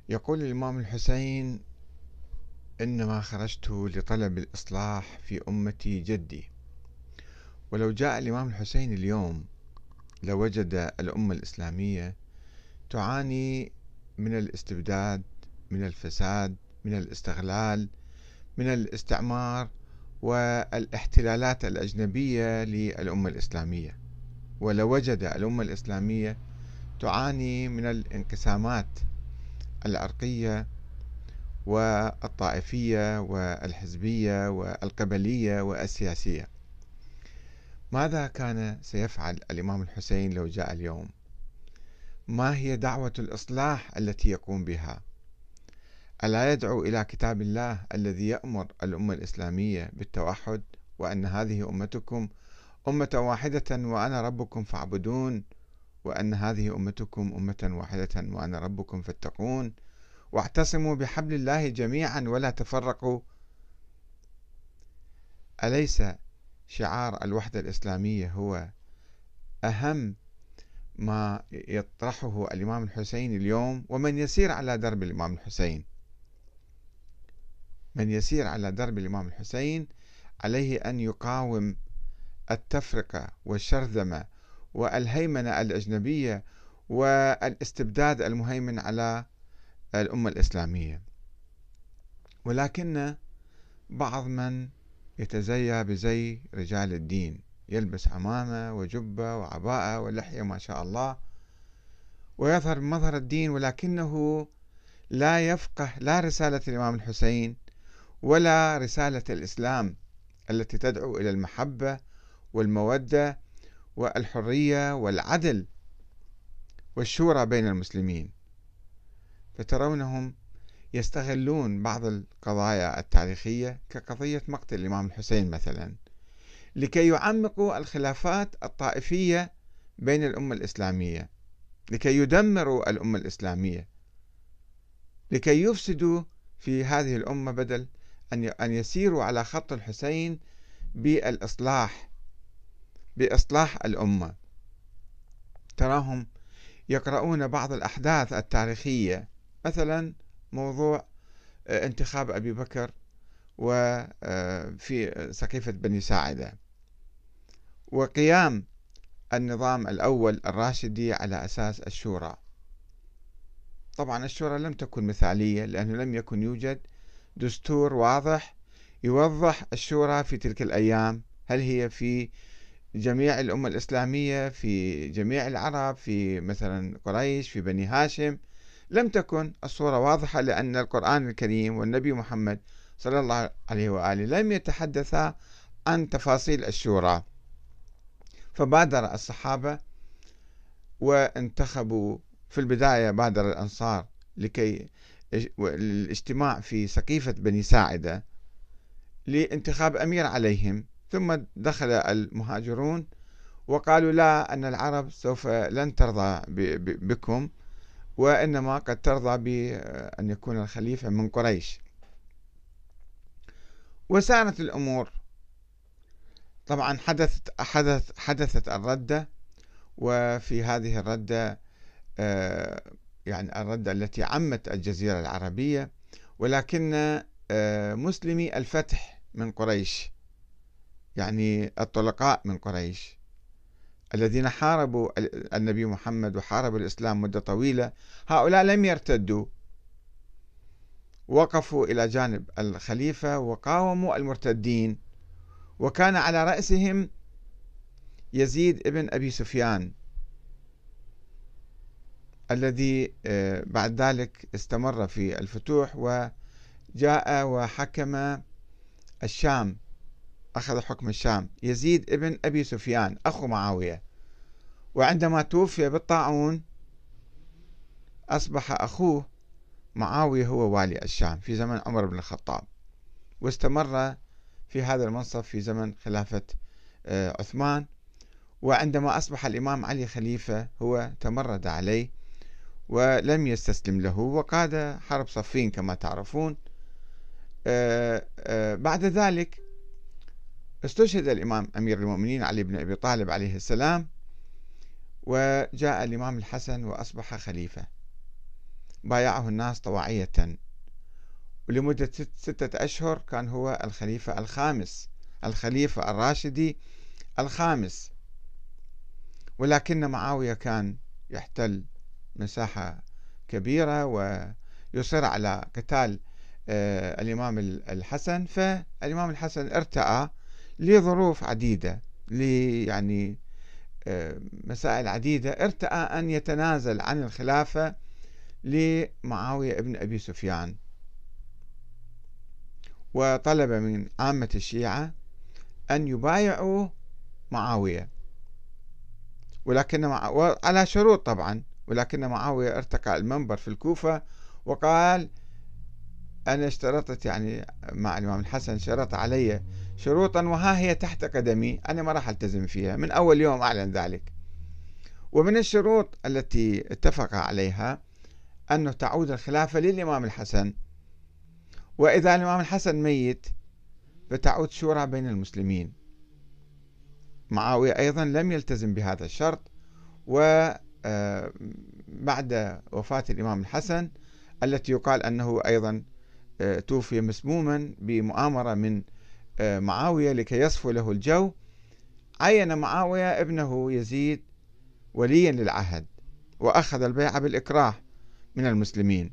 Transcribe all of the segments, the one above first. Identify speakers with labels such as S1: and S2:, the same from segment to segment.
S1: يقول الإمام الحسين: إنما خرجت لطلب الإصلاح في أمة جدي. ولو جاء الإمام الحسين اليوم لوجد الأمة الإسلامية تعاني من الاستبداد، من الفساد، من الاستغلال، من الاستعمار والاحتلالات الأجنبية للأمة الإسلامية. ولوجد الأمة الإسلامية تعاني من الانقسامات العرقية والطائفية والحزبية والقبلية والسياسية. ماذا كان سيفعل الإمام الحسين لو جاء اليوم؟ ما هي دعوة الإصلاح التي يقوم بها؟ ألا يدعو إلى كتاب الله الذي يأمر الأمة الإسلامية بالتوحد، وأن هذه أمتكم أمة واحدة وأنا ربكم فاعبدون، وأن هذه أمتكم أمة واحدة وأنا ربكم فاتقون، واعتصموا بحبل الله جميعا ولا تفرقوا؟ أليس شعار الوحدة الإسلامية هو أهم ما يطرحه الإمام الحسين اليوم؟ ومن يسير على درب الإمام الحسين، من يسير على درب الإمام الحسين عليه أن يقاوم التفرقة والشرذمة والهيمنة الأجنبية والاستبداد المهيمن على الأمة الإسلامية. ولكن بعض من يتزيى بزي رجال الدين، يلبس عمامة وجبة وعباءة ولحية ما شاء الله، ويظهر بمظهر الدين، ولكنه لا يفقه لا رسالة الإمام الحسين ولا رسالة الإسلام التي تدعو إلى المحبة والمودة والحرية والعدل والشورى بين المسلمين. فترونهم يستغلون بعض القضايا التاريخية كقضية مقتل الإمام الحسين مثلا لكي يعمقوا الخلافات الطائفية بين الأمة الإسلامية، لكي يدمروا الأمة الإسلامية، لكي يفسدوا في هذه الأمة، بدل أن يسيروا على خط الحسين بالإصلاح، بإصلاح الأمة. تراهم يقرؤون بعض الأحداث التاريخية، مثلا موضوع انتخاب أبي بكر وفي سقيفة بني ساعدة، وقيام النظام الأول الراشدي على أساس الشورى. طبعا الشورى لم تكن مثالية، لأنه لم يكن يوجد دستور واضح يوضح الشورى في تلك الأيام، هل هي في جميع الأمة الإسلامية، في جميع العرب، في مثلا قريش، في بني هاشم. لم تكن الصورة واضحة، لأن القرآن الكريم والنبي محمد صلى الله عليه وآله لم يتحدثا عن تفاصيل الشورى. فبادر الصحابة وانتخبوا في البداية، بادر الأنصار لكي الاجتماع في سقيفة بني ساعدة لانتخاب أمير عليهم، ثم دخل المهاجرون وقالوا لا، أن العرب سوف لن ترضى بكم، وإنما قد ترضى بأن يكون الخليفة من قريش. وسارت الأمور. طبعا حدثت الردة، وفي هذه الردة يعني الردة التي عمت الجزيرة العربية، ولكن مسلمي الفتح من قريش، يعني الطلقاء من قريش الذين حاربوا النبي محمد وحاربوا الإسلام مدة طويلة، هؤلاء لم يرتدوا، وقفوا إلى جانب الخليفة وقاوموا المرتدين، وكان على رأسهم يزيد ابن أبي سفيان، الذي بعد ذلك استمر في الفتوح وجاء وحكم الشام، أخذ حكم الشام. يزيد ابن أبي سفيان أخو معاوية، وعندما توفي بالطاعون أصبح أخوه معاوية هو والي الشام في زمن عمر بن الخطاب، واستمر في هذا المنصب في زمن خلافة عثمان. وعندما أصبح الإمام علي خليفة هو تمرد عليه ولم يستسلم له، وقاد حرب صفين كما تعرفون. بعد ذلك استشهد الإمام أمير المؤمنين علي بن أبي طالب عليه السلام، وجاء الإمام الحسن وأصبح خليفة. بايعه الناس طواعية، ولمدة 6 أشهر كان هو الخليفة الخامس، الخليفة الراشدي الخامس. ولكن معاوية كان يحتل مساحة كبيرة ويصر على قتال الإمام الحسن، فالإمام الحسن ارتأى لظروف عديدة، يعني مسائل عديدة، ارتأى أن يتنازل عن الخلافة لمعاوية ابن أبي سفيان، وطلب من عامة الشيعة أن يبايعوا معاوية، على شروط طبعا. ولكن معاوية ارتقى المنبر في الكوفة وقال: أنا اشترطت، يعني مع الإمام الحسن شرط علي شروطا وها هي تحت قدمي، أنا ما راح ألتزم فيها. من أول يوم أعلن ذلك. ومن الشروط التي اتفق عليها أنه تعود الخلافة للإمام الحسن، وإذا الإمام الحسن ميت فتعود شورى بين المسلمين. معاوية أيضا لم يلتزم بهذا الشرط، وبعد وفاة الإمام الحسن التي يقال أنه أيضا توفي مسموما بمؤامرة من معاوية لكي يصفو له الجو، عين معاوية ابنه يزيد وليا للعهد، وأخذ البيعة بالإكراه من المسلمين.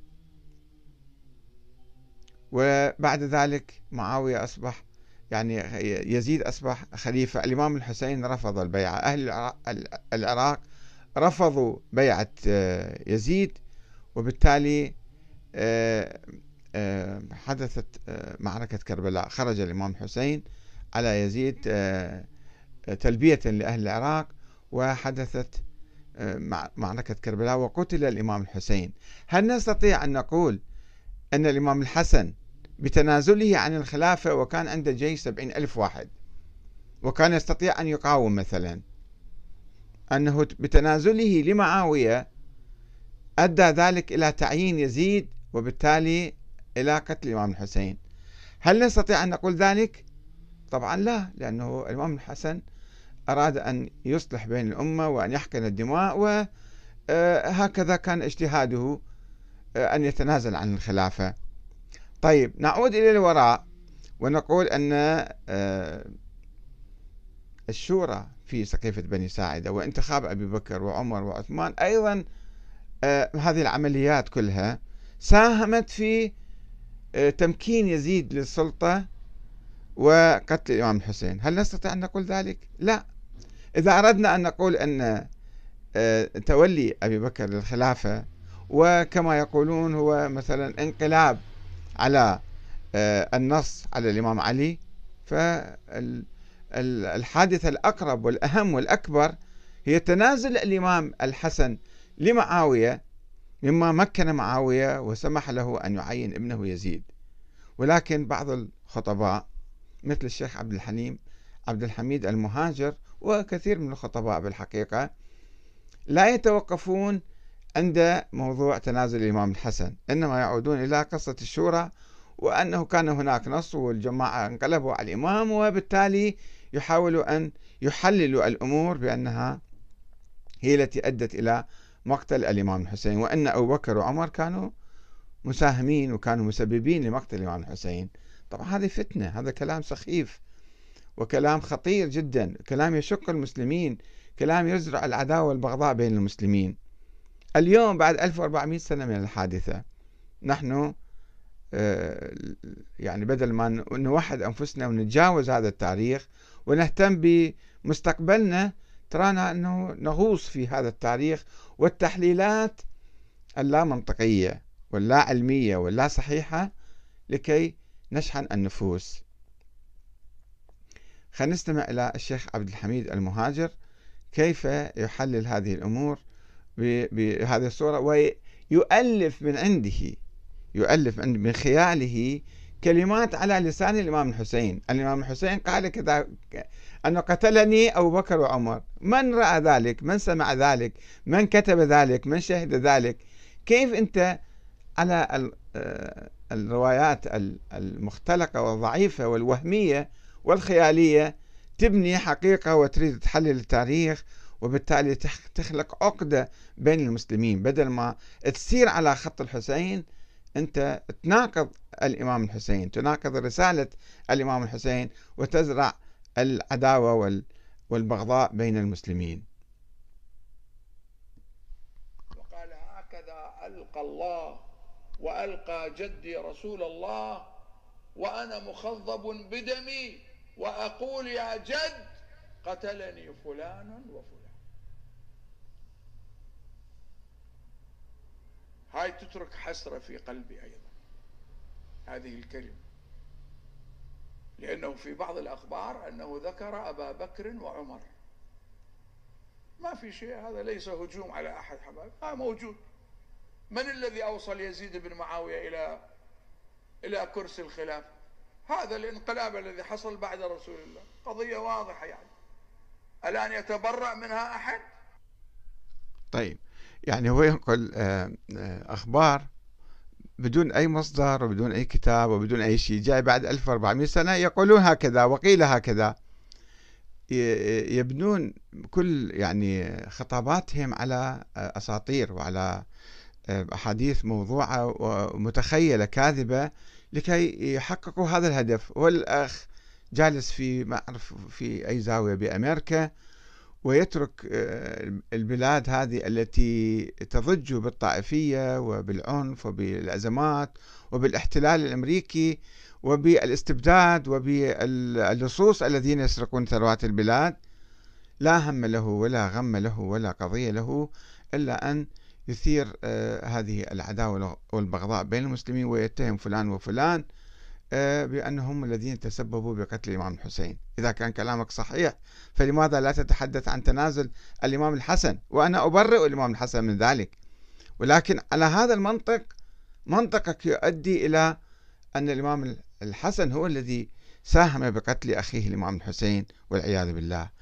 S1: وبعد ذلك معاوية أصبح، يعني يزيد أصبح خليفة. الإمام الحسين رفض البيعة، أهل العراق رفضوا بيعة يزيد، وبالتالي حدثت معركة كربلاء. خرج الإمام الحسين على يزيد تلبية لأهل العراق، وحدثت معركة كربلاء وقتل الإمام الحسين. هل نستطيع أن نقول أن الإمام الحسن بتنازله عن الخلافة، وكان عنده جيش 70,000 واحد وكان يستطيع أن يقاوم مثلا، أنه بتنازله لمعاوية أدى ذلك إلى تعيين يزيد وبالتالي إلى قتل الإمام الحسين؟ هل نستطيع أن نقول ذلك؟ طبعا لا، لأنه الإمام الحسن أراد أن يصلح بين الأمة وأن يحقن الدماء، وهكذا كان اجتهاده أن يتنازل عن الخلافة. طيب، نعود إلى الوراء ونقول أن الشورى في سقيفة بني ساعدة وانتخاب أبي بكر وعمر وعثمان أيضا، هذه العمليات كلها ساهمت في تمكين يزيد للسلطة وقتل الإمام الحسين. هل نستطيع أن نقول ذلك؟ لا. إذا أردنا أن نقول أن تولي أبي بكر للخلافة وكما يقولون هو مثلا انقلاب على النص على الإمام علي، فالحادثة الأقرب والأهم والأكبر هي تنازل الإمام الحسن لمعاوية، مما مكن معاوية وسمح له أن يعين ابنه يزيد. ولكن بعض الخطباء مثل الشيخ عبد الحميد المهاجر وكثير من الخطباء بالحقيقة لا يتوقفون عند موضوع تنازل الإمام الحسن، إنما يعودون إلى قصة الشورى، وأنه كان هناك نص والجماعة انقلبوا على الإمام، وبالتالي يحاولوا أن يحللوا الأمور بأنها هي التي أدت إلى مقتل الإمام الحسين، وأن أبو بكر وعمر كانوا مساهمين وكانوا مسببين لمقتل الإمام الحسين. طبعا هذه فتنة، هذا كلام سخيف وكلام خطير جدا، كلام يشق المسلمين، كلام يزرع العداوة والبغضاء بين المسلمين. اليوم بعد 1400 سنة من الحادثة نحن يعني بدل ما نوحد أنفسنا ونتجاوز هذا التاريخ ونهتم بمستقبلنا، ترانا أنه نغوص في هذا التاريخ والتحليلات اللا منطقية واللا علمية واللا صحيحة لكي نشحن النفوس. خلينا نستمع إلى الشيخ عبد الحميد المهاجر كيف يحلل هذه الأمور بهذه الصورة، ويؤلف من عنده، من خياله كلمات على لسان الإمام الحسين. الإمام الحسين قال كذا، أنه قتلني أبو بكر وعمر. من رأى ذلك؟ من سمع ذلك؟ من كتب ذلك؟ من شهد ذلك؟ كيف أنت على الروايات المختلقة والضعيفة والوهمية والخيالية تبني حقيقة وتريد تحلل التاريخ وبالتالي تخلق عقدة بين المسلمين، بدل ما تسير على خط الحسين أنت تناقض الإمام الحسين، تناقض رسالة الإمام الحسين، وتزرع العداوة والبغضاء بين المسلمين.
S2: وقال: هكذا ألقى الله وألقى جدي رسول الله وأنا مخضب بدمي وأقول: يا جد، قتلني فلان وفلان. هاي تترك حسرة في قلبي أيضا هذه الكلمة، لأنه في بعض الأخبار أنه ذكر أبا بكر وعمر. ما في شيء، هذا ليس هجوم على أحد حبايب، هذا موجود. من الذي أوصل يزيد بن معاوية إلى كرسي الخلافة؟ هذا الانقلاب الذي حصل بعد رسول الله، قضية واضحة يعني. الآن يتبرأ منها أحد؟
S1: طيب، يعني هو ينقل أخبار بدون أي مصدر وبدون أي كتاب وبدون أي شيء، جاي بعد 1400 سنة يقولون هكذا وقيل هكذا، يبنون كل يعني خطاباتهم على أساطير وعلى أحاديث موضوعة ومتخيلة كاذبة لكي يحققوا هذا الهدف. والأخ جالس في ما أعرف في أي زاوية بأمريكا، ويترك البلاد هذه التي تضج بالطائفية وبالعنف وبالأزمات وبالاحتلال الأمريكي وبالاستبداد وباللصوص الذين يسرقون ثروات البلاد، لا هم له ولا غم له ولا قضية له إلا أن يثير هذه العداوة والبغضاء بين المسلمين، ويتهم فلان وفلان بأنهم الذين تسببوا بقتل الإمام الحسين. إذا كان كلامك صحيح فلماذا لا تتحدث عن تنازل الإمام الحسن؟ وأنا أبرئ الإمام الحسن من ذلك، ولكن على هذا المنطق، منطقك يؤدي إلى أن الإمام الحسن هو الذي ساهم بقتل أخيه الإمام الحسين والعياذ بالله.